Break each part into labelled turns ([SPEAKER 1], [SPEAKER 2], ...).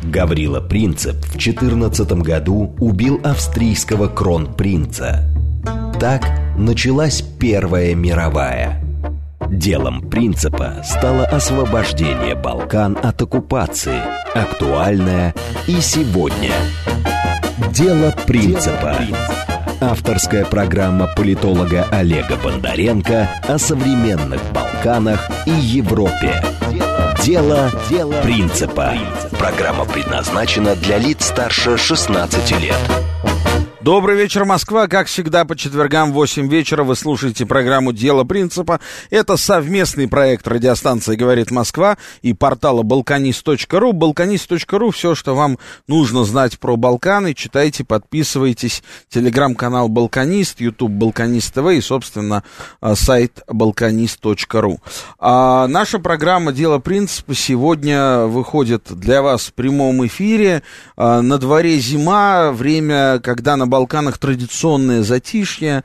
[SPEAKER 1] Гаврила Принцип в 14 году убил австрийского кронпринца. Так началась Первая мировая. Делом Принципа стало освобождение Балкан от оккупации, актуальное и сегодня. Дело Принципа. Авторская программа политолога Олега Бондаренко о современных Балканах и Европе. Дело Принципа. Программа предназначена для лиц старше 16 лет.
[SPEAKER 2] Добрый вечер, Москва. Как всегда, по четвергам в 8 вечера вы слушаете программу «Дело Принципа». Это совместный проект радиостанции «Говорит Москва» и портала balkanist.ru. Balkanist.ru. Все, что вам нужно знать про Балканы, читайте, подписывайтесь. Телеграм-канал «Балканист», YouTube «Балканист ТВ» и, собственно, сайт balkanist.ru. Наша программа «Дело Принципа» сегодня выходит для вас в прямом эфире. На дворе зима, время, когда на Балканах традиционное затишье,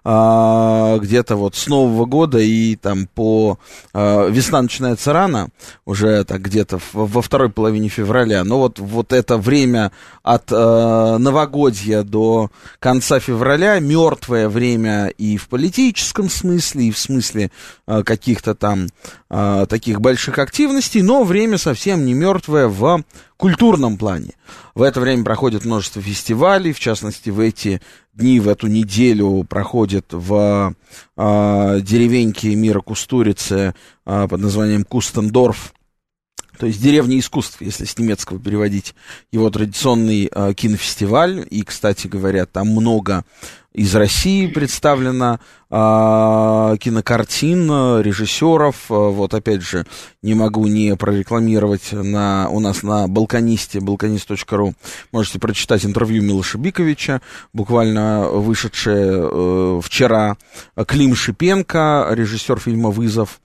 [SPEAKER 2] где-то вот с Нового года и там по... Весна начинается рано, уже так где-то во второй половине февраля, но вот это время от новогодья до конца февраля, мертвое время и в политическом смысле, и в смысле каких-то там таких больших активностей, но время совсем не мертвое в культурном плане. В это время проходит множество фестивалей, в частности, в эти дни, в эту неделю проходит в деревеньке Мира Кустурицы под названием Кустендорф, то есть деревня искусств, если с немецкого переводить, его традиционный кинофестиваль, и, кстати говоря, там много из России представлено кинокартин, режиссеров. Вот опять же, не могу не прорекламировать у нас на Балканисте, balkanist.ru. Можете прочитать интервью Милоша Биковича, буквально вышедшее вчера. Клим Шипенко, режиссер фильма «Вызов»,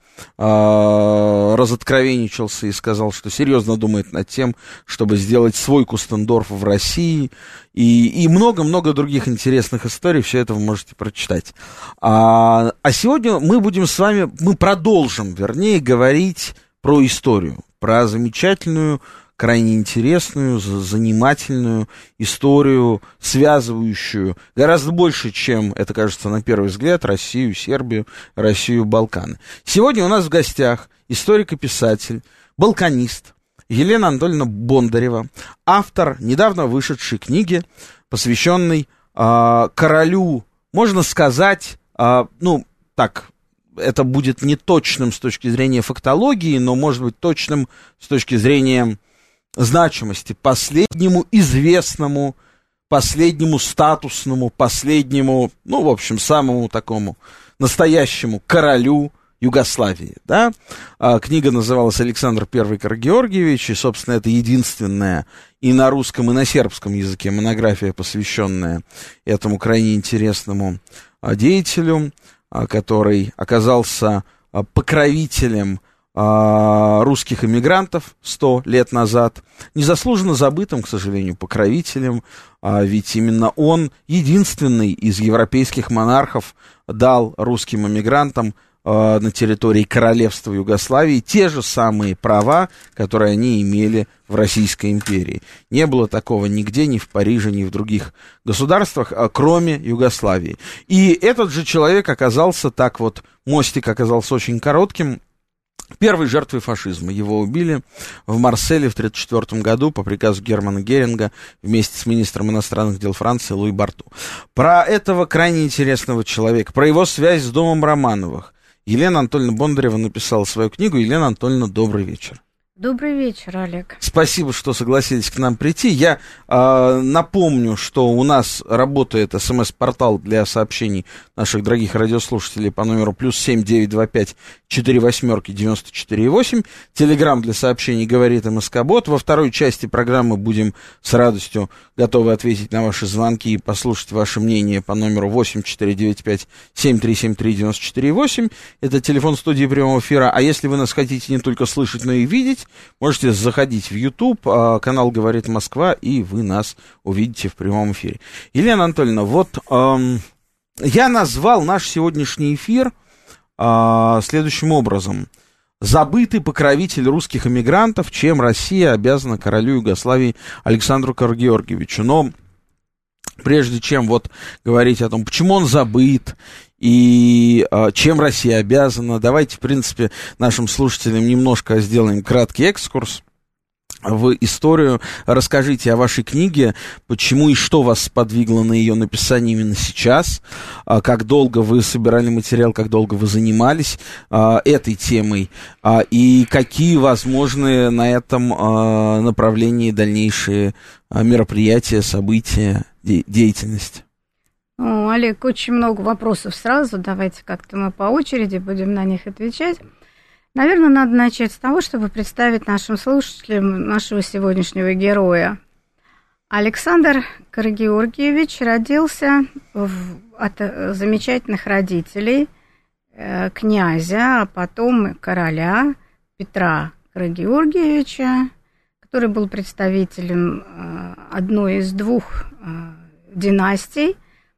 [SPEAKER 2] разоткровенничался и сказал, что серьезно думает над тем, чтобы сделать свой Кустендорф в России, и много-много других интересных историй. Все это вы можете прочитать. А сегодня мы продолжим говорить про историю, про замечательную, крайне интересную, занимательную историю, связывающую гораздо больше, чем это кажется на первый взгляд, Россию, Сербию, Россию, Балканы. Сегодня у нас в гостях историк и писатель, балканист Елена Анатольевна Бондарева, автор недавно вышедшей книги, посвященной королю, можно сказать, это будет не точным с точки зрения фактологии, но может быть точным с точки зрения значимости, последнему известному, последнему статусному, последнему, в общем, самому такому настоящему королю Югославии, да? Книга называлась «Александр I Карагеоргиевич», и, собственно, это единственная и на русском, и на сербском языке монография, посвященная этому крайне интересному деятелю, который оказался покровителем русских эмигрантов 100 лет назад, незаслуженно забытым, к сожалению, покровителем, ведь именно он единственный из европейских монархов дал русским эмигрантам на территории королевства Югославии те же самые права, которые они имели в Российской империи. Не было такого нигде, ни в Париже, ни в других государствах, кроме Югославии. И этот же человек оказался мостик оказался очень коротким, первой жертвой фашизма. Его убили в Марселе в 1934 году по приказу Германа Геринга вместе с министром иностранных дел Франции Луи Барту. Про этого крайне интересного человека, про его связь с домом Романовых Елена Анатольевна Бондарева написала свою книгу. Елена Анатольевна, добрый вечер.
[SPEAKER 3] Добрый вечер, Олег.
[SPEAKER 2] Спасибо, что согласились к нам прийти. Я напомню, что у нас работает СМС-портал для сообщений наших дорогих радиослушателей по номеру +7 925 48 94 8. Телеграм для сообщений «Говорит МСК-бот». Во второй части программы будем с радостью готовы ответить на ваши звонки и послушать ваше мнение по номеру 8 495 7373 94 8. Это телефон студии прямого эфира. А если вы нас хотите не только слышать, но и видеть, можете заходить в YouTube, канал «Говорит Москва», и вы нас увидите в прямом эфире. Елена Анатольевна, я назвал наш сегодняшний эфир следующим образом. забытый покровитель русских эмигрантов, чем Россия обязана королю Югославии Александру Карагеоргиевичу. Но прежде чем вот говорить о том, почему он забыт и чем Россия обязана, давайте, в принципе, нашим слушателям немножко сделаем краткий экскурс в историю. Расскажите о вашей книге, почему и что вас сподвигло на ее написание именно сейчас, как долго вы собирали материал, как долго вы занимались этой темой, и какие возможны на этом направлении дальнейшие мероприятия, события, деятельность.
[SPEAKER 3] Олег, очень много вопросов сразу, давайте как-то мы по очереди будем на них отвечать. Наверное, надо начать с того, чтобы представить нашим слушателям нашего сегодняшнего героя. Александр Карагеоргиевич родился от замечательных родителей, князя, а потом короля Петра Карагеоргиевича, который был представителем одной из двух династий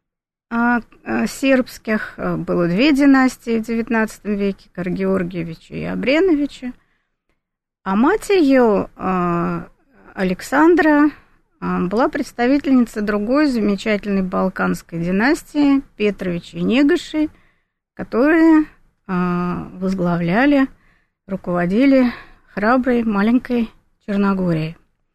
[SPEAKER 3] сербских. Было две династии в XIX веке, Карагеоргиевича и Обреновича. А мать ее, Александра, была представительницей другой замечательной балканской династии, Петровичи и Негоши, которые возглавляли, руководили храброй маленькой Черногорией.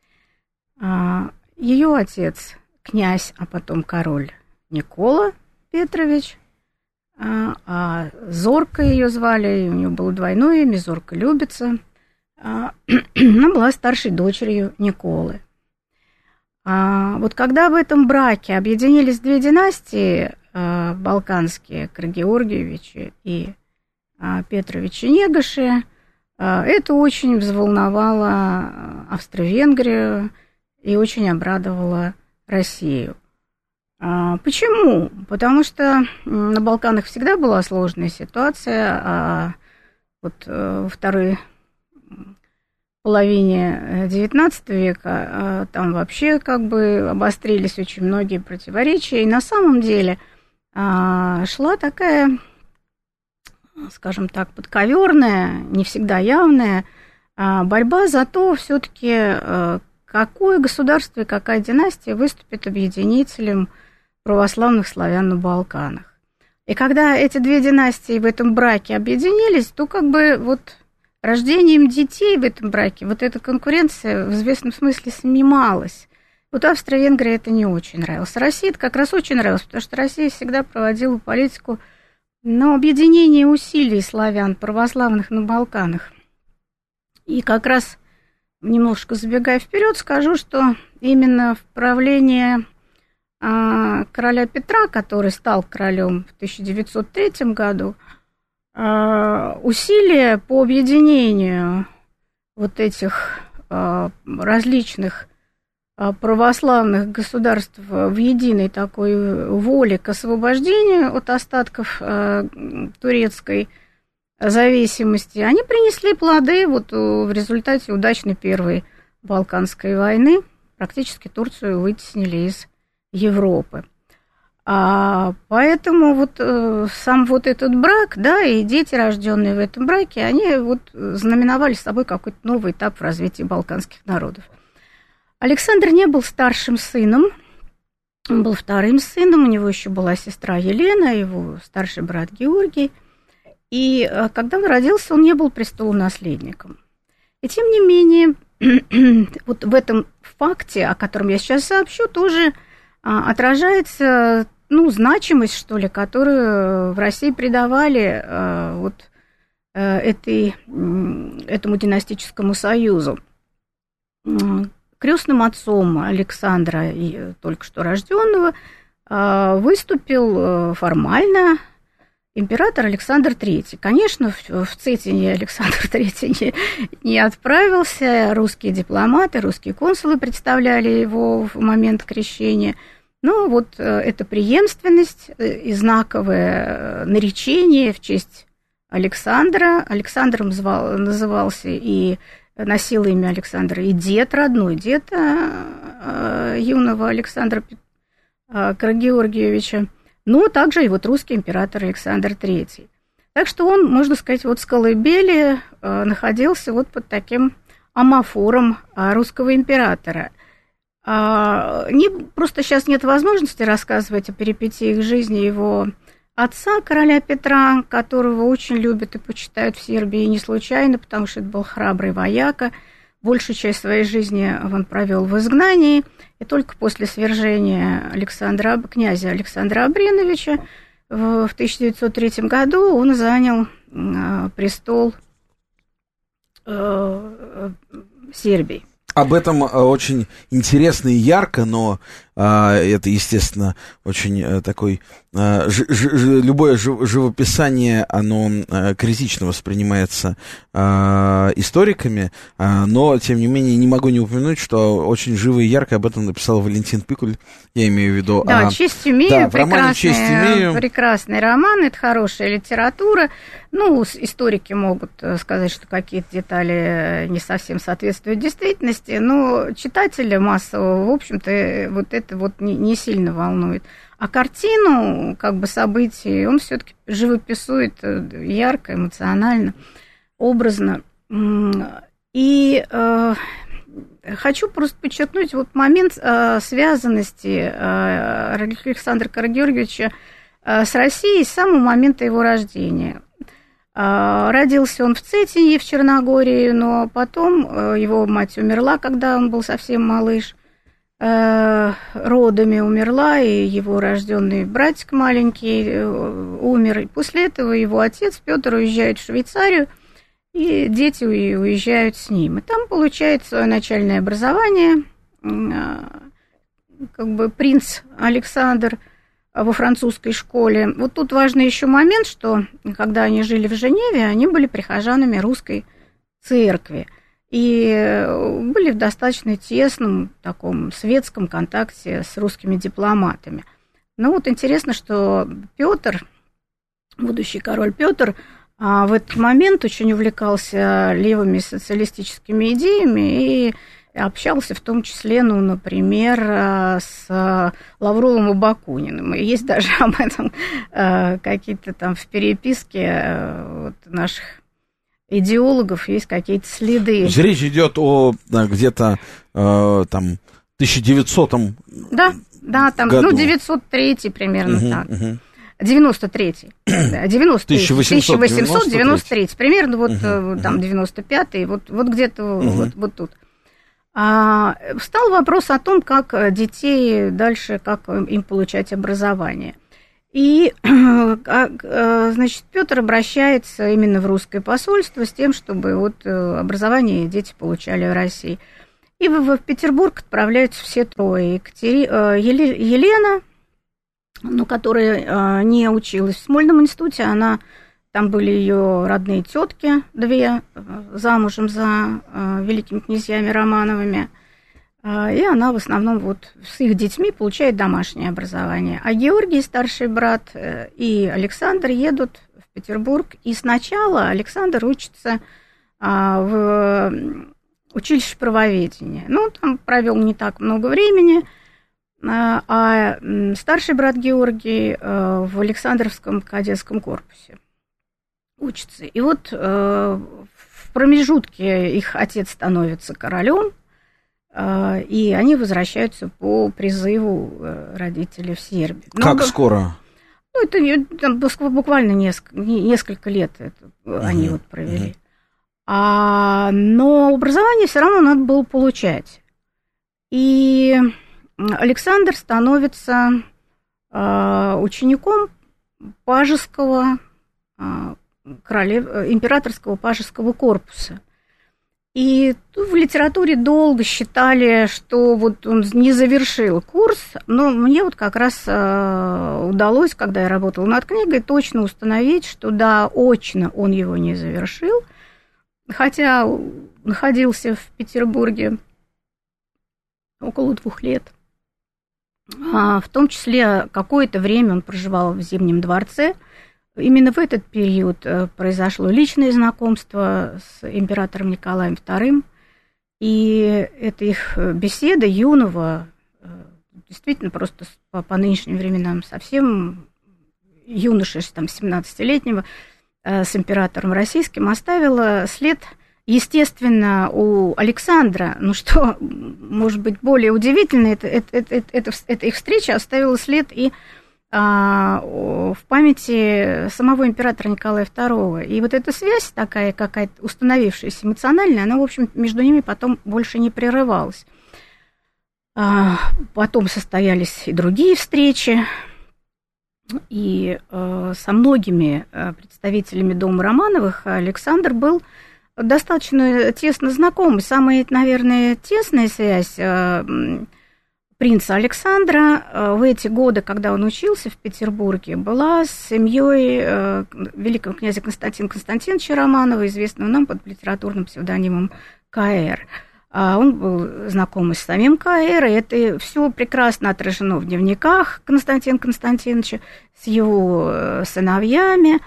[SPEAKER 3] Ее отец, князь, а потом король Никола Петрович, а Зорка ее звали, и у нее было двойное имя, Зорка Любица. Она была старшей дочерью Николы. Вот когда в этом браке объединились две династии балканские, Карагеоргиевичи и Петровичи Негоши, это очень взволновало Австро-Венгрию и очень обрадовало Россию. Почему? Потому что на Балканах всегда была сложная ситуация, а вот во второй половине XIX века там вообще как бы обострились очень многие противоречия, и на самом деле шла такая, скажем так, подковерная, не всегда явная борьба за то, все-таки какое государство и какая династия выступит объединителем православных славян на Балканах. И когда эти две династии в этом браке объединились, то как бы вот рождением детей в этом браке вот эта конкуренция в известном смысле снималась. Вот Австро-Венгрии это не очень нравилось. России это как раз очень нравилось, потому что Россия всегда проводила политику, объединения усилий славян православных на Балканах. И как раз, немножко забегая вперед, скажу, что именно в правлении короля Петра, который стал королем в 1903 году, усилия по объединению вот этих различных православных государств в единой такой воле к освобождению от остатков турецкой зависимости, они принесли плоды вот в результате удачной Первой Балканской войны. Практически Турцию вытеснили из Европы. Поэтому вот сам вот этот брак, да, и дети, рожденные в этом браке, они вот знаменовали собой какой-то новый этап в развитии балканских народов. Александр не был старшим сыном, он был вторым сыном, у него еще была сестра Елена, его старший брат Георгий. И когда он родился, он не был престолонаследником. И тем не менее, вот в этом факте, о котором я сейчас сообщу, тоже отражается, значимость, что ли, которую в России придавали этому династическому союзу. Крестным отцом Александра, только что рожденного, выступил формально император Александр III. Конечно, в Цетине Александр III не отправился, русские дипломаты, русские консулы представляли его в момент крещения. Но вот эта преемственность и знаковое наречение в честь Александра. Александром назывался и носил имя Александра и дед, родной дед юного Александра Карагеоргиевича, но также и вот русский император Александр III. Так что он, можно сказать, вот с колыбели находился вот под таким амофором русского императора. Просто сейчас нет возможности рассказывать о перипетиях жизни его отца, короля Петра, которого очень любят и почитают в Сербии, не случайно, потому что это был храбрый вояка. Большую часть своей жизни он провел в изгнании, и только после свержения князя Александра Обреновича в 1903 году он занял престол Сербии.
[SPEAKER 2] Об этом очень интересно и ярко, но это, естественно, очень такой... любое живописание, оно критично воспринимается историками, но, тем не менее, не могу не упомянуть, что очень живо и ярко об этом написал Валентин Пикуль, я имею в виду...
[SPEAKER 3] Да, «Честь имею»,
[SPEAKER 2] да, «Честь имею».
[SPEAKER 3] Прекрасный роман, это хорошая литература. Ну, историки могут сказать, что какие-то детали не совсем соответствуют действительности, но читателя массового, в общем-то, вот это вот не сильно волнует. А картину, как бы событий, он все-таки живописует ярко, эмоционально, образно. И хочу просто подчеркнуть вот момент связанности Александра Карагеоргиевича с Россией с самого момента его рождения. Родился он в Цетинье, в Черногории, но потом его мать умерла, когда он был совсем малыш. Родами умерла, и его рожденный братик маленький умер. И после этого его отец Петр уезжает в Швейцарию, и дети уезжают с ним. И там получает свое начальное образование, как бы принц Александр во французской школе. Вот тут важный еще момент, что когда они жили в Женеве, они были прихожанами русской церкви и были в достаточно тесном таком светском контакте с русскими дипломатами. Ну вот интересно, что Петр, будущий король Петр, в этот момент очень увлекался левыми социалистическими идеями и общался в том числе, ну, например, с Лавровым и Бакуниным. И есть даже об этом какие-то там в переписке вот наших идеологов, есть какие-то следы.
[SPEAKER 2] Речь идет о где-то там 1900-м
[SPEAKER 3] да, там,
[SPEAKER 2] году.
[SPEAKER 3] Ну, 903 примерно так. 93-й, да, 1893, примерно вот там 95-й, вот где-то вот тут. Встал вопрос о том, как детей дальше, как им получать образование. И, значит, Петр обращается именно в русское посольство с тем, чтобы вот образование дети получали в России. И в Петербург отправляются все трое. Елена, которая не училась в Смольном институте, там были ее родные тетки, две, замужем за великими князьями Романовыми, и она в основном вот с их детьми получает домашнее образование. А Георгий, старший брат, и Александр едут в Петербург, и сначала Александр учится в училище правоведения. Ну, там провел не так много времени, а старший брат Георгий в Александровском кадетском корпусе учится. И вот в промежутке их отец становится королем, и они возвращаются по призыву родителей в Сербию.
[SPEAKER 2] Как скоро?
[SPEAKER 3] Ну, это там, буквально несколько лет они вот провели. Но образование все равно надо было получать. И Александр становится учеником пажеского императорского пажеского корпуса. И в литературе долго считали, что вот он не завершил курс, но мне вот как раз удалось, когда я работала над книгой, точно установить, что да, очно он его не завершил, хотя находился в Петербурге около 2 лет. В том числе какое-то время он проживал в Зимнем дворце. Именно в этот период произошло личное знакомство с императором Николаем II, и это их беседа юного, действительно просто по нынешним временам совсем юноши, там, 17-летнего, с императором российским оставила след, естественно, у Александра. Ну, что, может быть, более удивительно, эта их встреча оставила след и в памяти самого императора Николая II. И вот эта связь такая какая-то установившаяся эмоциональная, она, в общем, между ними потом больше не прерывалась. Потом состоялись и другие встречи, и со многими представителями дома Романовых Александр был достаточно тесно знаком. Самая, наверное, тесная связь принца Александра в эти годы, когда он учился в Петербурге, была с семьей великого князя Константина Константиновича Романова, известного нам под литературным псевдонимом К.Р. Он был знаком и с самим К.Р., и это все прекрасно отражено в дневниках Константина Константиновича с его сыновьями.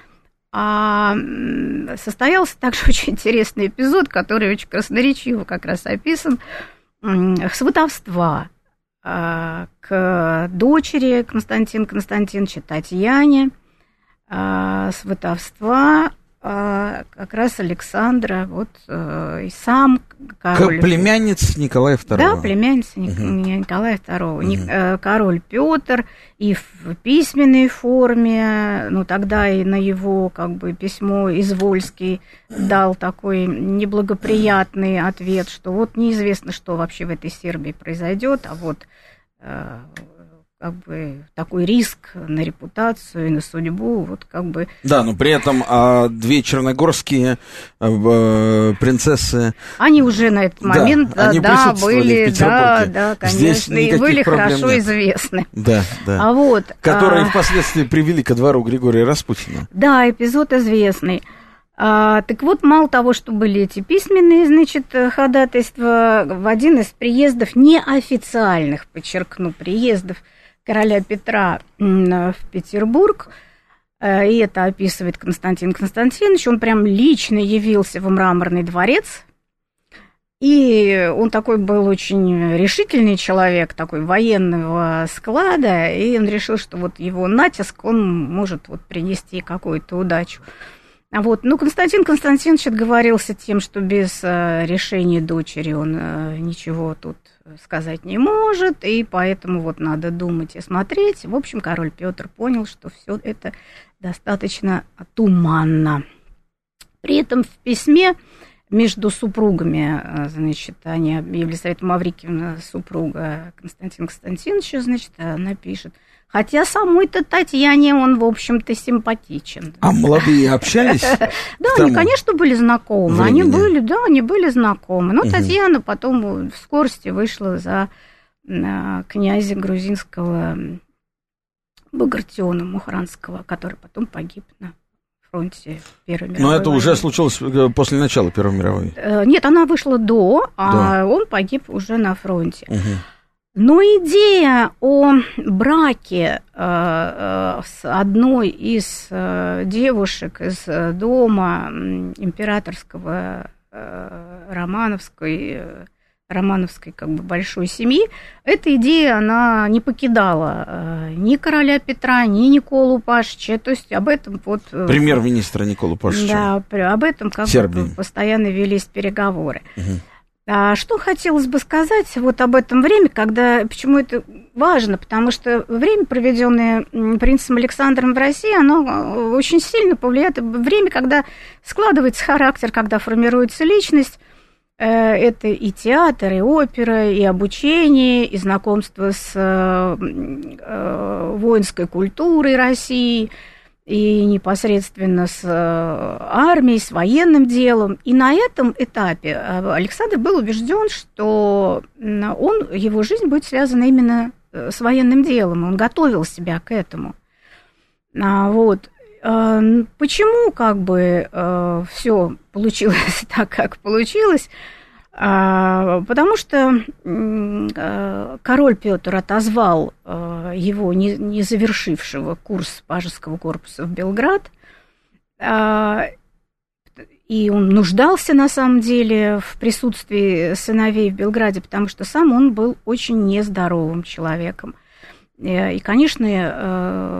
[SPEAKER 3] Состоялся также очень интересный эпизод, который очень красноречиво как раз описан, сватовства к дочери Константина Константиновича, Татьяне, сватовства как раз Александра, вот и сам король...
[SPEAKER 2] Племянница Николая II.
[SPEAKER 3] Да, племянница Николая II. Король Петр и в письменной форме, ну тогда и на его как бы письмо Извольский дал такой неблагоприятный ответ, что вот неизвестно, что вообще в этой Сербии произойдет, а вот как бы такой риск на репутацию и на судьбу, вот как бы...
[SPEAKER 2] Да, но при этом две черногорские принцессы...
[SPEAKER 3] Они уже на этот момент,
[SPEAKER 2] они
[SPEAKER 3] были, да, конечно, и были хорошо известны.
[SPEAKER 2] Да. Которые впоследствии привели ко двору Григория Распутина.
[SPEAKER 3] Да, эпизод известный. Так вот, мало того, что были эти письменные, значит, ходатайства, в один из приездов неофициальных, подчеркну, приездов короля Петра в Петербург, и это описывает Константин Константинович, он прям лично явился в Мраморный дворец, и он такой был очень решительный человек, такой военного склада, и он решил, что вот его натиск, он может вот принести какую-то удачу. Вот. Ну, Константин Константинович отговорился тем, что без решения дочери он ничего тут сказать не может, и поэтому вот надо думать и смотреть. В общем, король Петр понял, что все это достаточно туманно. При этом в письме между супругами, значит, они Елизавета Маврикиевна, супруга Константина Константиновича, значит, она пишет: хотя самой-то Татьяне он, в общем-то, симпатичен.
[SPEAKER 2] А молодые общались?
[SPEAKER 3] Да, они, конечно, были знакомы. Они были знакомы. Но Татьяна потом в скорости вышла за князя грузинского Багратиона Мухранского, который потом погиб на фронте Первой мировой.
[SPEAKER 2] Но это уже случилось после начала Первой мировой?
[SPEAKER 3] Нет, она вышла до, а он погиб уже на фронте. Но идея о браке с одной из девушек из дома императорского романовской как бы большой семьи, эта идея, она не покидала ни короля Петра, ни Николу Пашича, то есть об этом вот...
[SPEAKER 2] Премьер-министра Николу Пашича.
[SPEAKER 3] Да, об этом как бы постоянно велись переговоры. Что хотелось бы сказать вот об этом времени, почему это важно, потому что время, проведенное принцем Александром в России, оно очень сильно повлияет. Время, когда складывается характер, когда формируется личность, это и театр, и опера, и обучение, и знакомство с воинской культурой России, и непосредственно с армией, с военным делом. И на этом этапе Александр был убежден, что его жизнь будет связана именно с военным делом. Он готовил себя к этому. Вот. Почему как бы все получилось так, как получилось? Потому что король Петр отозвал его, не завершившего курс Пажеского корпуса в Белград, и он нуждался на самом деле в присутствии сыновей в Белграде, потому что сам он был очень нездоровым человеком. И, конечно,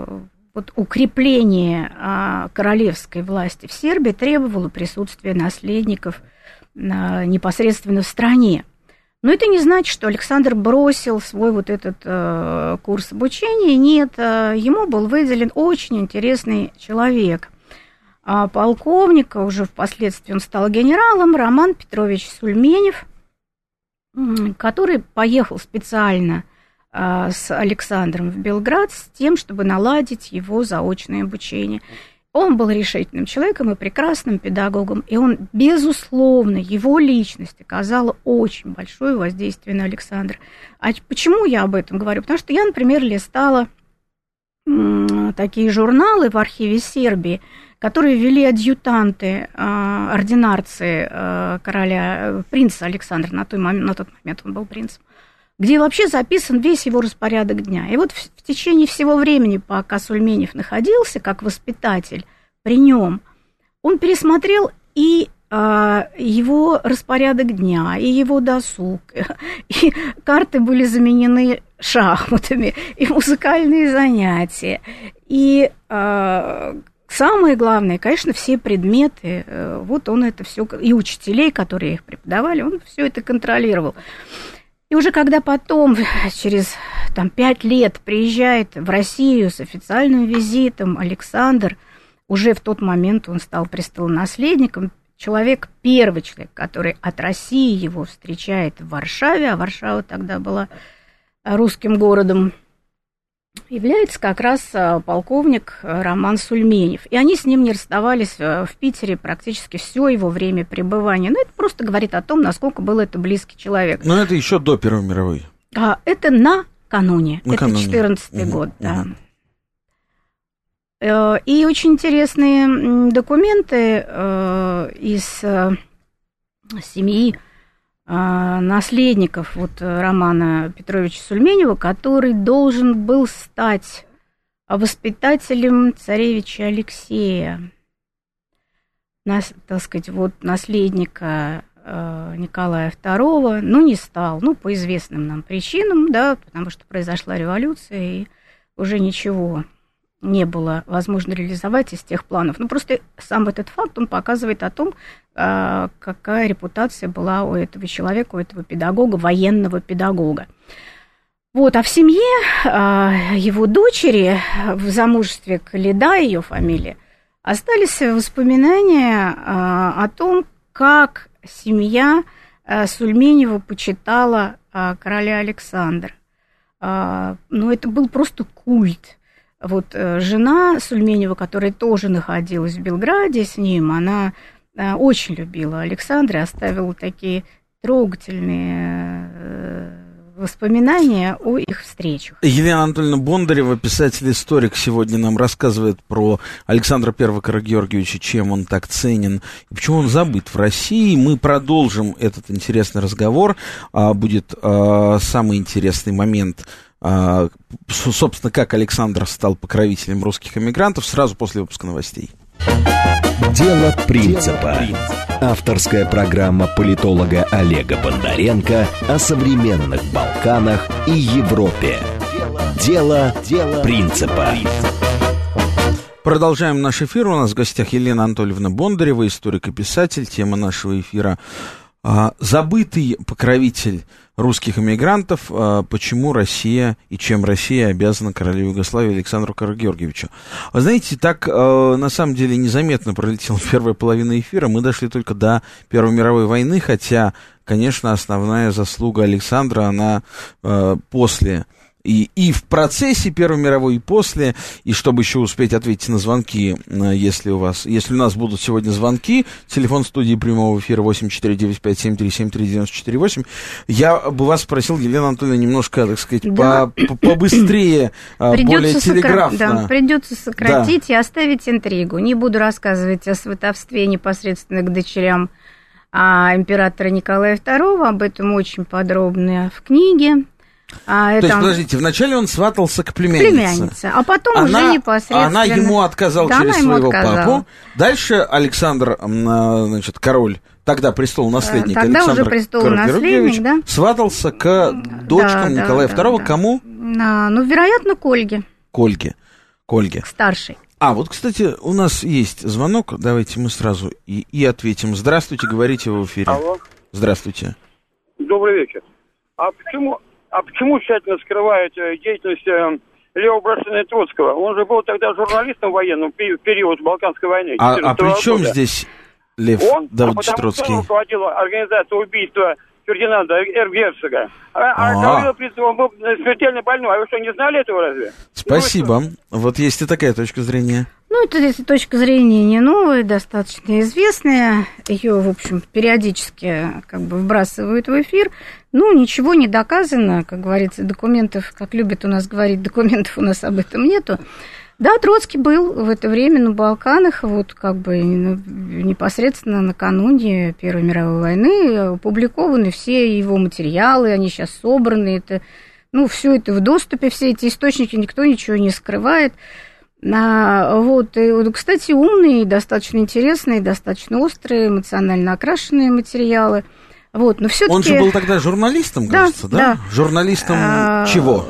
[SPEAKER 3] вот укрепление королевской власти в Сербии требовало присутствия наследников непосредственно в стране. Но это не значит, что Александр бросил свой вот этот курс обучения. Нет, ему был выделен очень интересный человек. Полковник, уже впоследствии он стал генералом, Роман Петрович Сульменев, который поехал специально с Александром в Белград с тем, чтобы наладить его заочное обучение. Он был решительным человеком и прекрасным педагогом, и он, безусловно, его личность оказала очень большое воздействие на Александра. А почему я об этом говорю? Потому что я, например, листала такие журналы в архиве Сербии, которые вели адъютанты, ординарцы короля, принца Александра, на тот момент он был принцем, где вообще записан весь его распорядок дня. И вот в течение всего времени, пока Сульменев находился как воспитатель при нем, он пересмотрел и его распорядок дня, и его досуг, и карты были заменены шахматами, и музыкальные занятия, и самое главное, конечно, все предметы, вот он это все, и учителей, которые их преподавали, он все это контролировал. И уже когда потом, через 5 лет, приезжает в Россию с официальным визитом Александр, уже в тот момент он стал престолонаследником, первый человек, который от России его встречает в Варшаве, а Варшава тогда была русским городом, является как раз полковник Роман Сульменев. И они с ним не расставались в Питере практически все его время пребывания. Но это просто говорит о том, насколько был это близкий человек.
[SPEAKER 2] Но это еще до Первой мировой.
[SPEAKER 3] Это накануне. Это 14-й год, да. И очень интересные документы из семьи наследников Романа Петровича Сульменева, который должен был стать воспитателем царевича Алексея, наследника Николая II, но не стал, по известным нам причинам, да, потому что произошла революция, и уже ничего не было возможно реализовать из тех планов. Просто сам этот факт, он показывает о том, какая репутация была у этого человека, у этого педагога, военного педагога. А в семье его дочери, в замужестве Каледа, ее фамилия, остались воспоминания о том, как семья Сульменева почитала короля Александра. Это был просто культ. Жена Сульменева, которая тоже находилась в Белграде с ним, она очень любила Александра, оставила такие трогательные воспоминания о их встречах.
[SPEAKER 2] Елена Анатольевна Бондарева, писатель-историк, сегодня нам рассказывает про Александра I Карагеоргиевича, чем он так ценен и почему он забыт в России. Мы продолжим этот интересный разговор. Будет самый интересный момент, собственно, как Александр стал покровителем русских эмигрантов, сразу после выпуска новостей.
[SPEAKER 1] Дело принципа. Авторская программа политолога Олега Бондаренко о современных Балканах и Европе. Дело принципа.
[SPEAKER 2] Продолжаем наш эфир. У нас в гостях Елена Анатольевна Бондарева, историк и писатель. Тема нашего эфира «Забытый покровитель русских эмигрантов. Почему Россия и чем Россия обязана королю Югославии Александру Карагеоргиевичу». Вы знаете, так на самом деле незаметно пролетела первая половина эфира. Мы дошли только до Первой мировой войны, хотя, конечно, основная заслуга Александра, она после... И в процессе Первой мировой, и после, и чтобы еще успеть ответить на звонки, если у нас будут сегодня звонки, телефон студии прямого эфира 8495-7373-94-8, я бы вас спросил, Елена Анатольевна, немножко, так сказать, побыстрее, более телеграфно.
[SPEAKER 3] Да, придется сократить и оставить интригу. Не буду рассказывать о сватовстве непосредственно к дочерям императора Николая II, об этом очень подробно в книге.
[SPEAKER 2] То есть, подождите, вначале он сватался к племяннице,
[SPEAKER 3] а потом уже непосредственно...
[SPEAKER 2] Она ему отказала через своего папу. Дальше Александр, король, тогда престолонаследник,
[SPEAKER 3] тогда
[SPEAKER 2] Александр
[SPEAKER 3] уже престолонаследник, да?
[SPEAKER 2] сватался к дочкам Николая II. Кому?
[SPEAKER 3] Вероятно, к Ольге.
[SPEAKER 2] К Ольге. К Ольге.
[SPEAKER 3] Старшей.
[SPEAKER 2] Вот, кстати, у нас есть звонок. Давайте мы сразу и ответим. Здравствуйте, говорите вы в эфире.
[SPEAKER 4] Алло.
[SPEAKER 2] Здравствуйте.
[SPEAKER 4] Добрый вечер. А почему тщательно скрывают деятельность Лео Брашина Троцкого? Он же был тогда журналистом военным в период Балканской войны.
[SPEAKER 2] А при чем здесь Лев Давыдович
[SPEAKER 4] Троцкий?
[SPEAKER 2] Троцкий?
[SPEAKER 4] Он руководил организацией убийства Фердинанда Герцога. Гаврила Принципа, он был смертельно больной. А вы что, не знали этого разве?
[SPEAKER 2] Спасибо. Вот есть и такая точка зрения.
[SPEAKER 3] Это точка зрения не новая, достаточно известная. Ее, в общем, периодически вбрасывают в эфир. Ничего не доказано, как говорится, документов, как любят у нас говорить, документов у нас об этом нету. Да, Троцкий был в это время на Балканах, непосредственно накануне Первой мировой войны опубликованы все его материалы, они сейчас собраны, все это в доступе, все эти источники, никто ничего не скрывает. Кстати, умные, достаточно интересные, достаточно острые, эмоционально окрашенные материалы. Но всё-таки...
[SPEAKER 2] Он же был тогда журналистом, кажется, да?
[SPEAKER 3] Да.
[SPEAKER 2] Журналистом чего?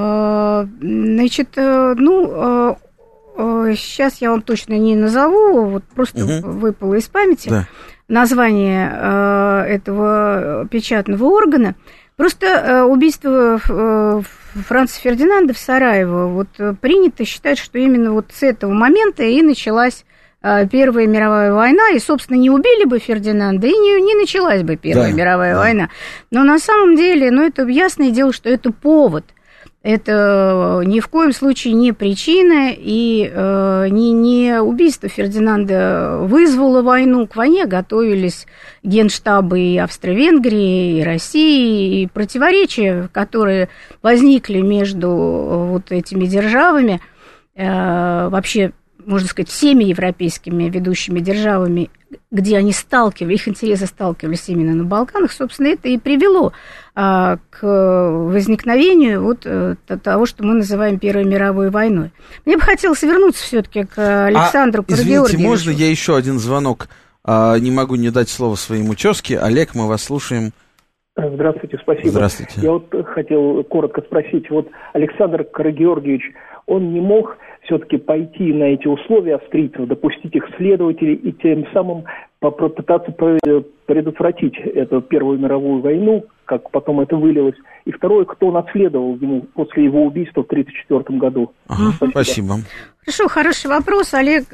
[SPEAKER 3] Сейчас я вам точно не назову, просто выпало из памяти название этого печатного органа. Просто убийство Франца Фердинанда в Сараево, принято считать, что именно с этого момента и началась Первая мировая война, и, собственно, не убили бы Фердинанда, и не началась бы Первая мировая война. Но на самом деле, это ясное дело, что это повод. Это ни в коем случае не причина, и не убийство Фердинанда вызвало войну. К войне готовились генштабы и Австро-Венгрии, и России, и противоречия, которые возникли между этими державами, вообще, можно сказать, всеми европейскими ведущими державами, где они сталкивались, их интересы сталкивались именно на Балканах, собственно, это и привело к возникновению того, что мы называем Первой мировой войной. Мне бы хотелось вернуться все-таки к Александру Карагеоргиевичу.
[SPEAKER 2] Извините, можно я еще один звонок? Не могу не дать слово своему тезке. Олег, мы вас слушаем.
[SPEAKER 5] Здравствуйте, спасибо.
[SPEAKER 2] Здравствуйте.
[SPEAKER 5] Я хотел коротко спросить. Александр Карагеоргиевич, он не мог все-таки пойти на эти условия австрийцев, допустить их следователей и тем самым попытаться предотвратить эту Первую мировую войну, как потом это вылилось. И второе, кто наследовал ему после его убийства в 1934 году?
[SPEAKER 2] Спасибо.
[SPEAKER 3] Хорошо, хороший вопрос, Олег.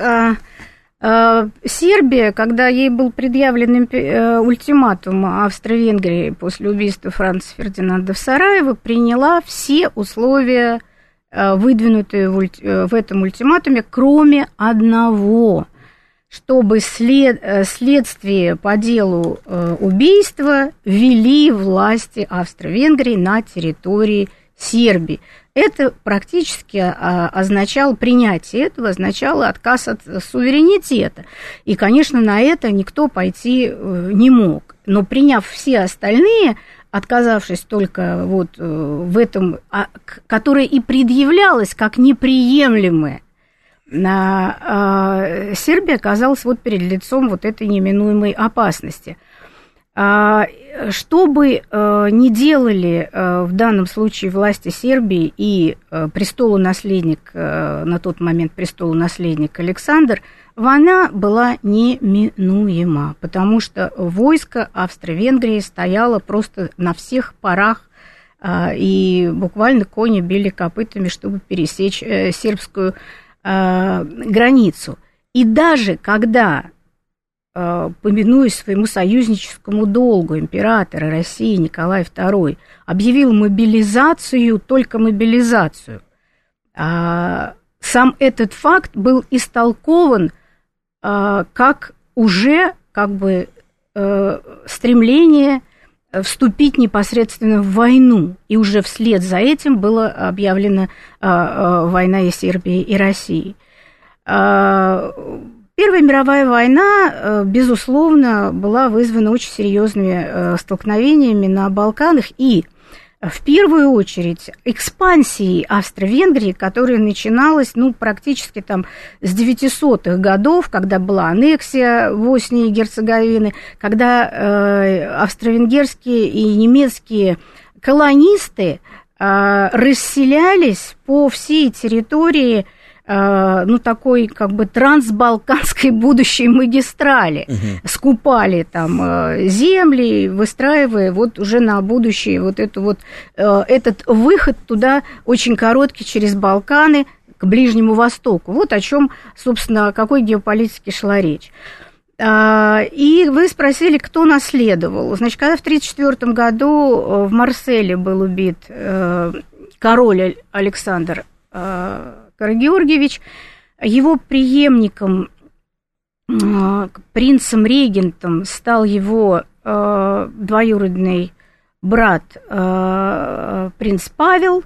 [SPEAKER 3] Сербия, когда ей был предъявлен ультиматум Австро-Венгрии после убийства Франца Фердинанда в Сараево, приняла все условия, выдвинутые в этом ультиматуме, кроме одного, чтобы следствие по делу убийства вели власти Австро-Венгрии на территории Сербии. Это практически означало, принятие этого означало отказ от суверенитета. И, конечно, на это никто пойти не мог. Но приняв все остальные, отказавшись только в этом, которое и предъявлялось как неприемлемое, Сербия оказалась перед лицом этой неминуемой опасности. Что бы ни делали в данном случае власти Сербии и престолонаследник, на тот момент престолонаследник Александр, война была неминуема, потому что войско Австро-Венгрии стояло просто на всех парах, и буквально кони били копытами, чтобы пересечь сербскую границу. И даже когда, поминуясь своему союзническому долгу, императора России Николай II объявил мобилизацию, только мобилизацию, сам этот факт был истолкован как уже стремление вступить непосредственно в войну. И уже вслед за этим была объявлена война и Сербии, и России. Первая мировая война, безусловно, была вызвана очень серьезными столкновениями на Балканах и, в первую очередь, экспансией Австро-Венгрии, которая начиналась, практически с 900-х годов, когда была аннексия Боснии и Герцеговины, когда австро-венгерские и немецкие колонисты расселялись по всей территории такой, как бы, трансбалканской будущей магистрали. Скупали там земли, выстраивая вот уже на будущее вот эту вот, этот выход туда очень короткий через Балканы к Ближнему Востоку. Вот о чем, собственно, о какой геополитике шла речь. И вы спросили, кто наследовал. Значит, когда в 1934 году в Марселе был убит король Александр Карагеоргиевич, его преемником, принцем-регентом, стал его двоюродный брат принц Павел,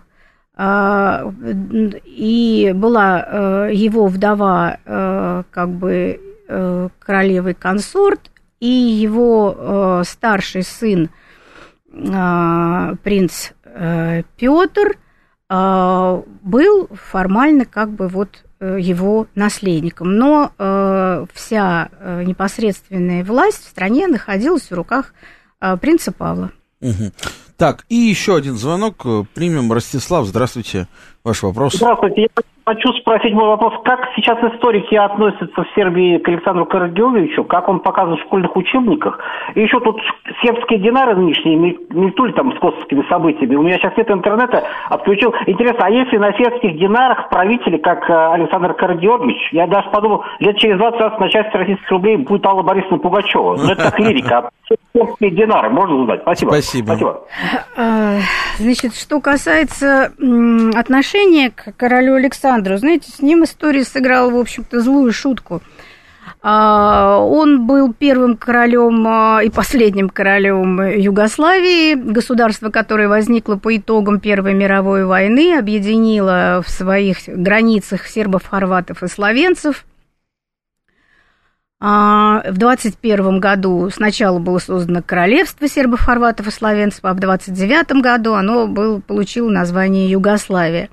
[SPEAKER 3] и была его вдова, как бы, королевой консорт, и его старший сын, принц Петр, был формально, как бы, вот его наследником. Но вся непосредственная власть в стране находилась в руках принца Павла.
[SPEAKER 2] Так, и еще один звонок. Примем. Ростислав, здравствуйте. Ваш вопрос.
[SPEAKER 6] Здравствуйте. Я хочу спросить мой вопрос. Как сейчас историки относятся в Сербии к Александру Карагеоргиевичу? Как он показан в школьных учебниках? И еще тут сербские динары нынешние мельтули там с косовскими событиями. У меня сейчас нет интернета, отключил. Интересно, а если на сербских динарах правители, как Александр Карагеоргиевич, я даже подумал, лет через 20 раз на части российских рублей будет Алла Борисовна Пугачева. Но это так лирика. Сербские динары, можно узнать? Спасибо.
[SPEAKER 3] Значит, что касается отношения к королю Александру, знаете, с ним история сыграла, в общем-то, злую шутку. Он был первым королем и последним королем Югославии, государство, которое возникло по итогам Первой мировой войны, объединило в своих границах сербов, хорватов и словенцев. В 1921 году сначала было создано королевство сербов, хорватов и словенцев, а в 1929 году оно получило название Югославия.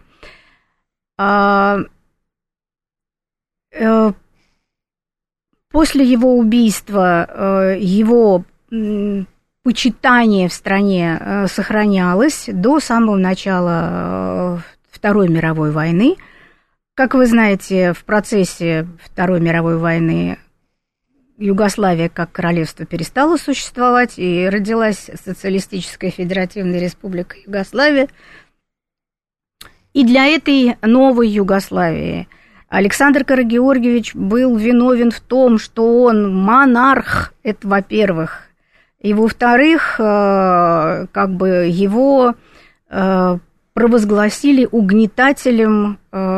[SPEAKER 3] После его убийства его почитание в стране сохранялось до самого начала Второй мировой войны. Как вы знаете, в процессе Второй мировой войны Югославия как королевство перестала существовать, и родилась Социалистическая Федеративная Республика Югославия. И для этой новой Югославии Александр Карагеоргиевич был виновен в том, что он монарх, это во-первых, и во-вторых, как бы его провозгласили угнетателем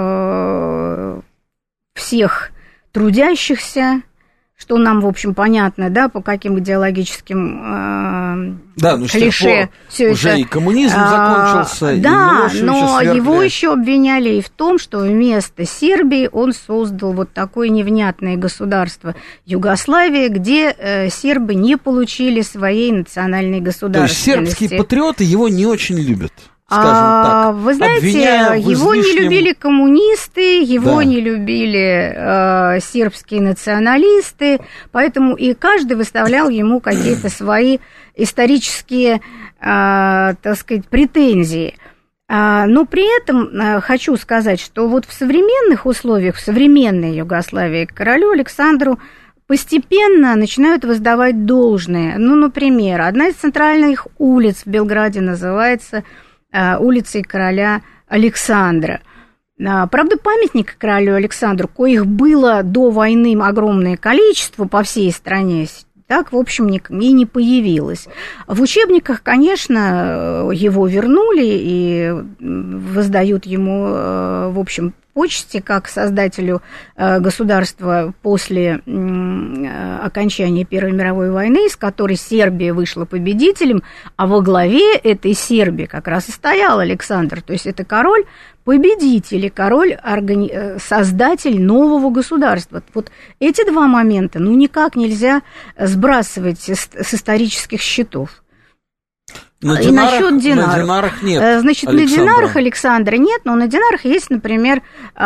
[SPEAKER 3] всех трудящихся, что нам, в общем, понятно, да, по каким идеологическим клише все
[SPEAKER 2] уже
[SPEAKER 3] это.
[SPEAKER 2] И коммунизм закончился.
[SPEAKER 3] Да, но его еще обвиняли и в том, что вместо Сербии он создал вот такое невнятное государство Югославия, где сербы не получили своей национальной государственности.
[SPEAKER 2] То есть сербские патриоты его не очень любят. Так,
[SPEAKER 3] вы знаете, его не любили коммунисты, его не любили сербские националисты, поэтому и каждый выставлял ему какие-то свои исторические, так сказать, претензии. Но при этом хочу сказать, что вот в современных условиях, в современной Югославии королю Александру постепенно начинают воздавать должное. Ну, например, одна из центральных улиц в Белграде называется улицей короля Александра. Правда, памятник королю Александру, коих было до войны огромное количество по всей стране, так, в общем, и не появилось. В учебниках, конечно, его вернули и воздают ему, в общем, почести как создателю государства после окончания Первой мировой войны, из которой Сербия вышла победителем, а во главе этой Сербии как раз и стоял Александр. То есть это король-победитель и король-создатель нового государства. Вот эти два момента никак нельзя сбрасывать с исторических счетов.
[SPEAKER 2] На динарах нет.
[SPEAKER 3] Значит, Александра. На динарах Александра нет, но на динарах есть, например,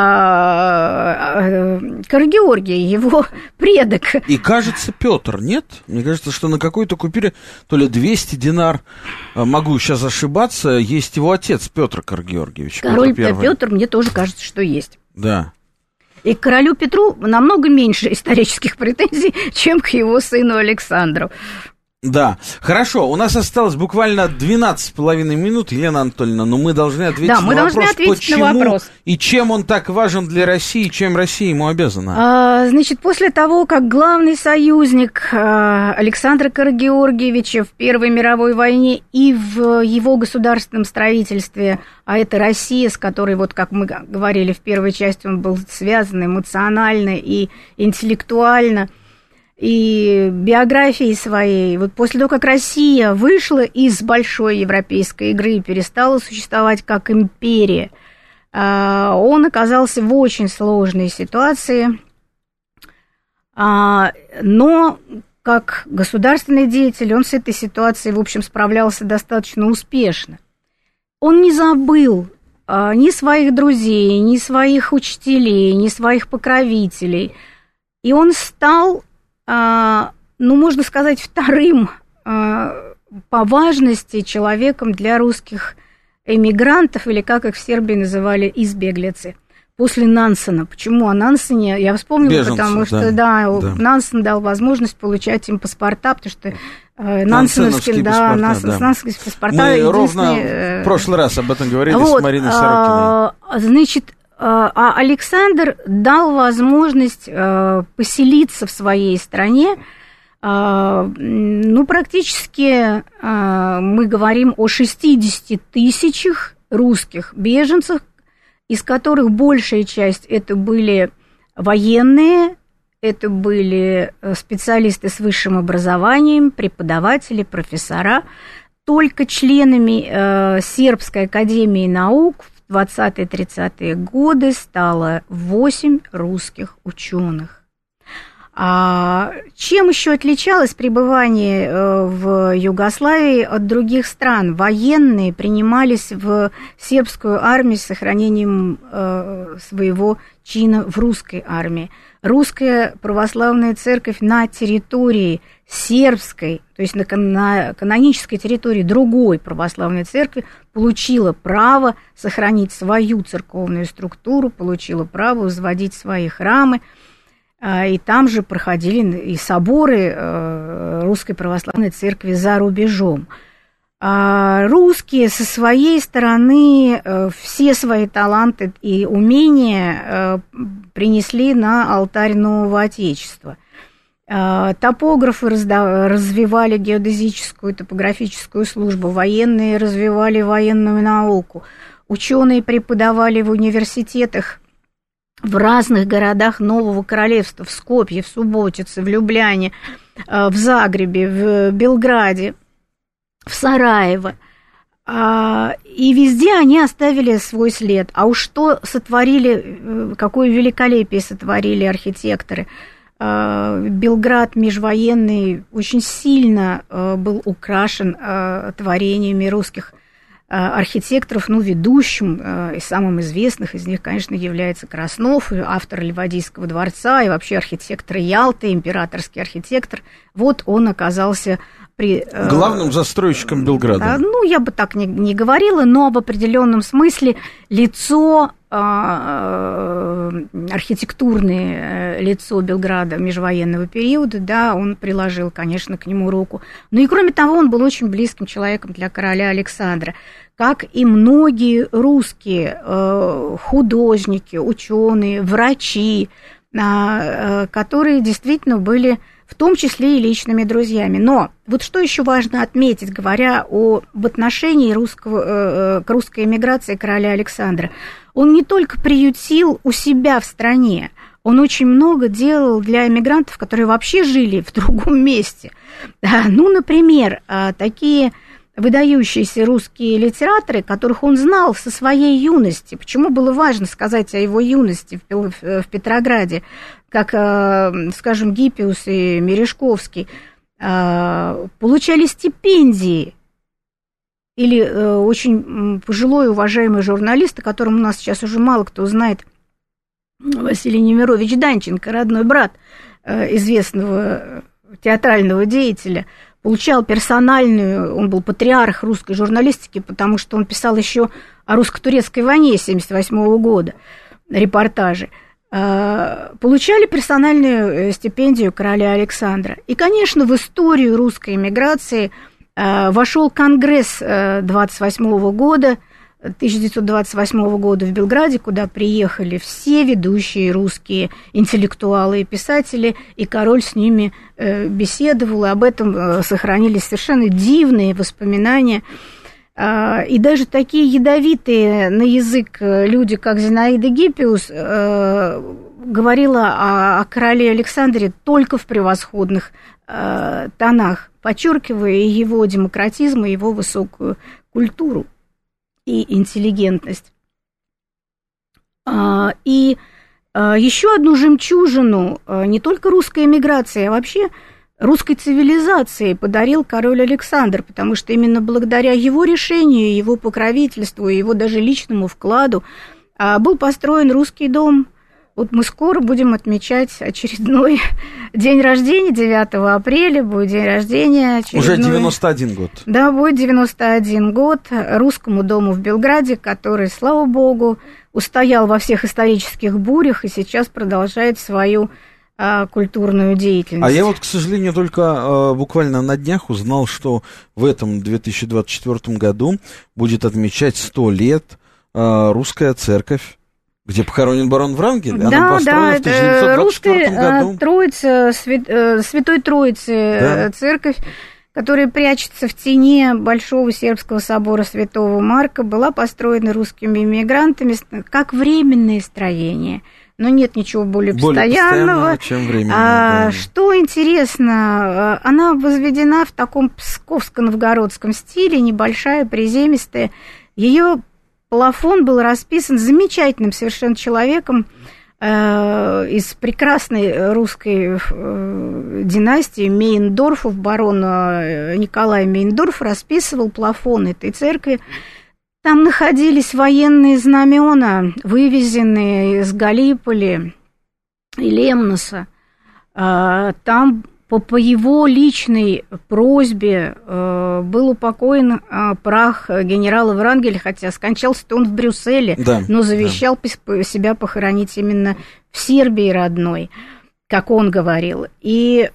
[SPEAKER 3] Карагеоргий, его предок.
[SPEAKER 2] И, кажется, Петр, нет? Мне кажется, что на какой-то купюре то ли 200 динар, могу сейчас ошибаться, есть его отец Петр Карагеоргиевич.
[SPEAKER 3] Король Петр, мне тоже кажется, что есть.
[SPEAKER 2] Да.
[SPEAKER 3] И к королю Петру намного меньше исторических претензий, чем к его сыну Александру.
[SPEAKER 2] Да, хорошо, у нас осталось буквально 12,5 минут, Елена Анатольевна, но мы должны ответить на вопрос, и чем он так важен для России, чем Россия ему обязана.
[SPEAKER 3] Значит, после того, как главный союзник Александра Карагеоргиевича в Первой мировой войне и в его государственном строительстве, а это Россия, с которой, вот как мы говорили в первой части, он был связан эмоционально и интеллектуально, и биографией своей, вот после того, как Россия вышла из большой европейской игры и перестала существовать как империя, он оказался в очень сложной ситуации, но как государственный деятель он с этой ситуацией, в общем, справлялся достаточно успешно. Он не забыл ни своих друзей, ни своих учителей, ни своих покровителей, и он стал, можно сказать, вторым по важности человеком для русских эмигрантов, или как их в Сербии называли, избеглицы, после Нансена. Почему о Нансене? Я вспомнила, беженцы, потому что Нансен дал возможность получать им паспорта, потому что нансеновские паспорта.
[SPEAKER 2] Мы ровно в прошлый раз об этом говорили с Мариной Сорокиной.
[SPEAKER 3] Значит, Александр дал возможность поселиться в своей стране, практически мы говорим о 60 тысячах русских беженцев, из которых большая часть это были военные, это были специалисты с высшим образованием, преподаватели, профессора. Только членами Сербской академии наук в 20-30-е годы стало 8 русских ученых. Чем еще отличалось пребывание в Югославии от других стран? Военные принимались в сербскую армию с сохранением своего чина в русской армии. Русская православная церковь на территории сербской, то есть на канонической территории другой православной церкви, получила право сохранить свою церковную структуру, получила право возводить свои храмы. И там же проходили и соборы Русской Православной Церкви за рубежом. Русские со своей стороны все свои таланты и умения принесли на алтарь нового Отечества. Топографы развивали геодезическую, топографическую службу, военные развивали военную науку, ученые преподавали в университетах в разных городах Нового Королевства, в Скопье, в Субботице, в Любляне, в Загребе, в Белграде, в Сараево. И везде они оставили свой след. А уж что сотворили, какое великолепие сотворили архитекторы. Белград межвоенный очень сильно был украшен творениями русских архитекторов, ведущим и самым известных из них, конечно, является Краснов, автор Ливадийского дворца и вообще архитектор Ялты, императорский архитектор. Вот он оказался
[SPEAKER 2] главным застройщиком Белграда.
[SPEAKER 3] Я бы так не говорила, но в определенном смысле лицо, архитектурное лицо Белграда межвоенного периода, он приложил, конечно, к нему руку. И кроме того, он был очень близким человеком для короля Александра, как и многие русские художники, ученые, врачи, которые действительно были в том числе и личными друзьями. Но вот что еще важно отметить, говоря об отношении к русской эмиграции короля Александра. Он не только приютил у себя в стране, он очень много делал для эмигрантов, которые вообще жили в другом месте. Например, такие выдающиеся русские литераторы, которых он знал со своей юности. Почему было важно сказать о его юности в Петрограде, как, скажем, Гиппиус и Мережковский, получали стипендии. Или очень пожилой уважаемый журналист, о котором у нас сейчас уже мало кто знает, Василий Немирович Данченко, родной брат известного театрального деятеля, получал персональную, он был патриарх русской журналистики, потому что он писал еще о русско-турецкой войне 1978 года, репортажи. получали персональную стипендию короля Александра. И, конечно, в историю русской эмиграции вошел Конгресс 1928 года в Белграде, куда приехали все ведущие русские интеллектуалы и писатели, и король с ними беседовал, и об этом сохранились совершенно дивные воспоминания. И даже такие ядовитые на язык люди, как Зинаида Гиппиус, говорила о короле Александре только в превосходных тонах, подчеркивая его демократизм и его высокую культуру и интеллигентность. И еще одну жемчужину не только русской эмиграции, а вообще русской цивилизации подарил король Александр, потому что именно благодаря его решению, его покровительству, его даже личному вкладу был построен русский дом. Вот мы скоро будем отмечать очередной день рождения, 9 апреля будет день рождения.
[SPEAKER 2] Уже 91 год.
[SPEAKER 3] Да, будет 91 год русскому дому в Белграде, который, слава богу, устоял во всех исторических бурях и сейчас продолжает свою культурную деятельность.
[SPEAKER 2] А я вот, к сожалению, только буквально на днях узнал, что в этом 2024 году будет отмечать 100 лет русская церковь, где похоронен барон Врангель. Она построена в 1924 году.
[SPEAKER 3] Троица, Святой Троицы церковь, которая прячется в тени Большого Сербского собора Святого Марка, была построена русскими иммигрантами как временное строение. Но нет ничего более постоянного,
[SPEAKER 2] чем временное.
[SPEAKER 3] Что интересно, она возведена в таком псковско-новгородском стиле, небольшая, приземистая. Ее плафон был расписан замечательным совершенно человеком из прекрасной русской династии Мейндорфов, барон Николай Мейндорф расписывал плафон этой церкви. Там находились военные знамена, вывезенные из Галиполи и Лемноса. Там по его личной просьбе был упокоен прах генерала Врангеля, хотя скончался-то он в Брюсселе, но завещал себя похоронить именно в Сербии родной, как он говорил. И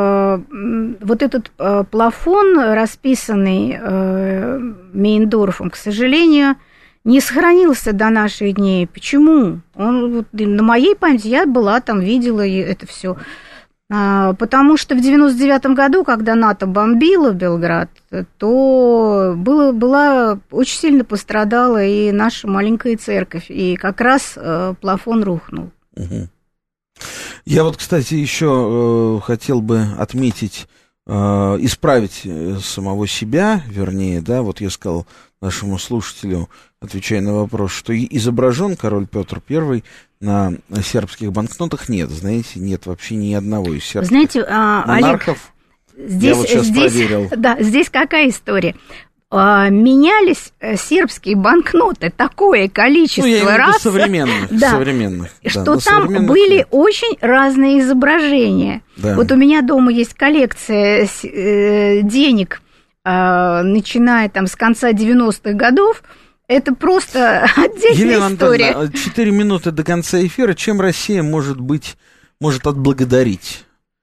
[SPEAKER 3] вот этот плафон, расписанный Мейндорфом, к сожалению, не сохранился до наших дней. Почему? Он, на моей памяти я была там, видела это все. Потому что в 1999 году, когда НАТО бомбило Белград, то была очень сильно пострадала и наша маленькая церковь, и как раз плафон рухнул.
[SPEAKER 2] Угу. Я вот, кстати, еще хотел бы отметить, исправить самого себя, вернее, да, вот я сказал нашему слушателю, отвечая на вопрос, что изображен король Петр I на сербских банкнотах. Нет, знаете, нет вообще ни одного из сербских монархов.
[SPEAKER 3] Олег, здесь,
[SPEAKER 2] я вот сейчас проверил.
[SPEAKER 3] Да, здесь какая история? Менялись сербские банкноты такое количество раз,
[SPEAKER 2] современных,
[SPEAKER 3] что там были очень разные изображения. Да. Вот у меня дома есть коллекция денег, начиная там с конца 90-х годов. Это просто отдельная история.
[SPEAKER 2] Елена Антоновна, 4 минуты до конца эфира. Чем Россия может отблагодарить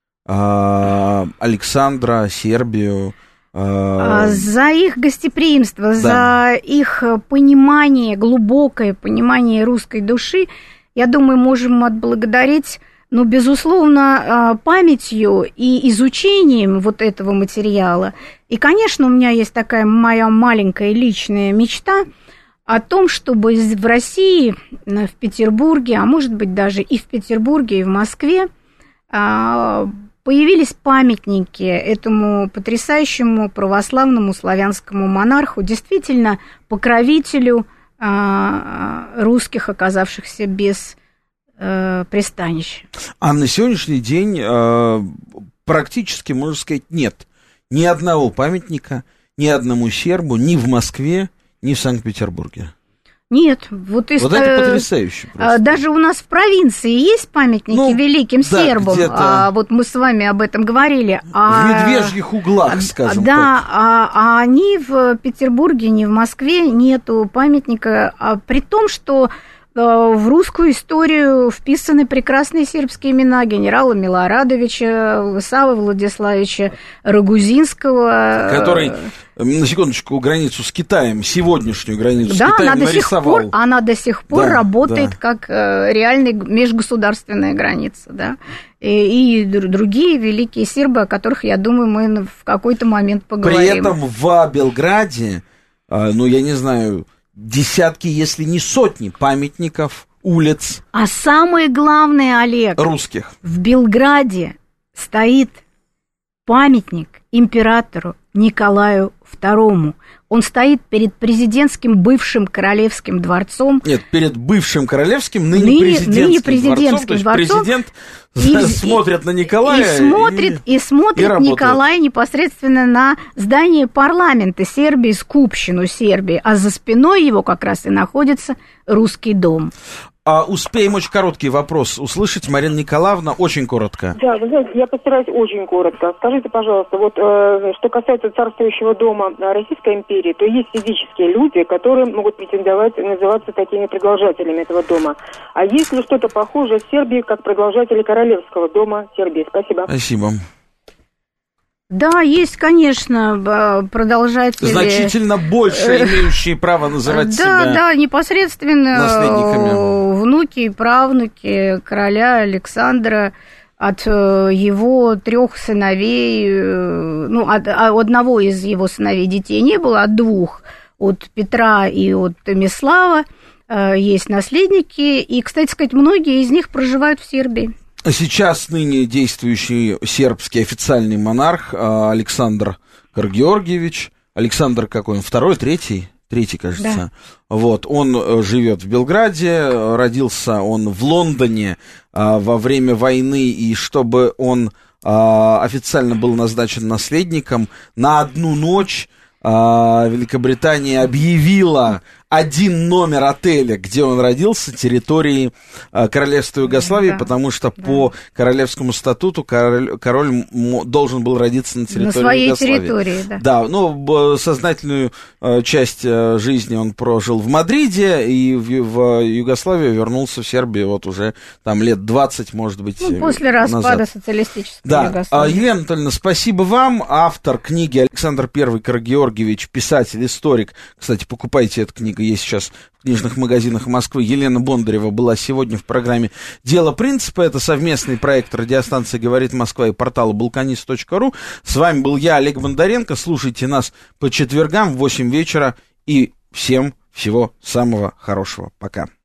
[SPEAKER 2] Александра, Сербию?
[SPEAKER 3] За их гостеприимство, за их понимание, глубокое понимание русской души, я думаю, можем отблагодарить, безусловно, памятью и изучением вот этого материала. И, конечно, у меня есть такая моя маленькая личная мечта о том, чтобы в России, в Петербурге, а может быть даже и в Петербурге, и в Москве, появились памятники этому потрясающему православному славянскому монарху, действительно покровителю русских, оказавшихся без пристанища.
[SPEAKER 2] А на сегодняшний день практически, можно сказать, нет ни одного памятника ни одному сербу ни в Москве, ни в Санкт-Петербурге.
[SPEAKER 3] Нет,
[SPEAKER 2] вот это потрясающе просто.
[SPEAKER 3] Даже у нас в провинции есть памятники великим сербам. Вот мы с вами об этом говорили.
[SPEAKER 2] В медвежьих углах, скажем так.
[SPEAKER 3] Да, ни в Петербурге, ни в Москве нету памятника, при том, что в русскую историю вписаны прекрасные сербские имена генерала Милорадовича, Савы Владиславовича Рагузинского.
[SPEAKER 2] Который, на секундочку, границу с Китаем, сегодняшнюю границу с Китаем нарисовал.
[SPEAKER 3] Она до сих пор работает как реальная межгосударственная граница, да. И другие великие сербы, о которых, я думаю, мы в какой-то момент поговорим.
[SPEAKER 2] При этом в Белграде, ну, я не знаю, десятки, если не сотни памятников, улиц.
[SPEAKER 3] А самое главное, Олег,
[SPEAKER 2] русских.
[SPEAKER 3] В Белграде стоит памятник императору Николаю II. Он стоит перед президентским бывшим королевским дворцом.
[SPEAKER 2] Нет, перед бывшим королевским, ныне президентским дворцом. Президент смотрит на Николая.
[SPEAKER 3] И смотрит Николай непосредственно на здание парламента Сербии, Скупщину Сербии. А за спиной его как раз и находится Русский дом.
[SPEAKER 2] Успеем очень короткий вопрос услышать. Марина Николаевна, очень коротко.
[SPEAKER 7] Да, вы знаете, я постараюсь очень коротко. Скажите, пожалуйста, вот что касается царствующего дома Российской империи, то есть физические люди, которые могут претендовать, называться такими продолжателями этого дома. А есть ли что-то похожее в Сербии, как продолжатели королевского дома Сербии? Спасибо.
[SPEAKER 2] Спасибо.
[SPEAKER 3] Да, есть, конечно, продолжатели...
[SPEAKER 2] Значительно больше имеющие право называть себя...
[SPEAKER 3] Да, непосредственно
[SPEAKER 2] наследниками.
[SPEAKER 3] Внуки и правнуки короля Александра от его 3 сыновей, ну, от одного из его сыновей детей не было, от 2, от Петра и от Томислава есть наследники, и, кстати сказать, многие из них проживают в Сербии.
[SPEAKER 2] Сейчас ныне действующий сербский официальный монарх Александр Карагеоргиевич. Александр какой он? 2-й, 3-й? 3-й, кажется. Да. Вот, он живет в Белграде, родился он в Лондоне во время войны, и чтобы он официально был назначен наследником, на одну ночь Великобритания объявила один номер отеля, где он родился, территории Королевства Югославии, потому что по королевскому статуту король должен был родиться на территории Югославии.
[SPEAKER 3] На своей территории, да.
[SPEAKER 2] Да, но сознательную часть жизни он прожил в Мадриде, и в Югославию вернулся в Сербию вот уже там лет 20, может быть,
[SPEAKER 3] после распада социалистической Югославии.
[SPEAKER 2] Елена Анатольевна, спасибо вам. Автор книги Александр I Карагеоргиевич, писатель, историк. Кстати, покупайте эту книгу, есть сейчас в книжных магазинах Москвы. Елена Бондарева была сегодня в программе «Дело принципа». Это совместный проект радиостанции «Говорит Москва» и портала balkanist.ru. С вами был я, Олег Бондаренко. Слушайте нас по четвергам в 8 вечера. И всем всего самого хорошего. Пока.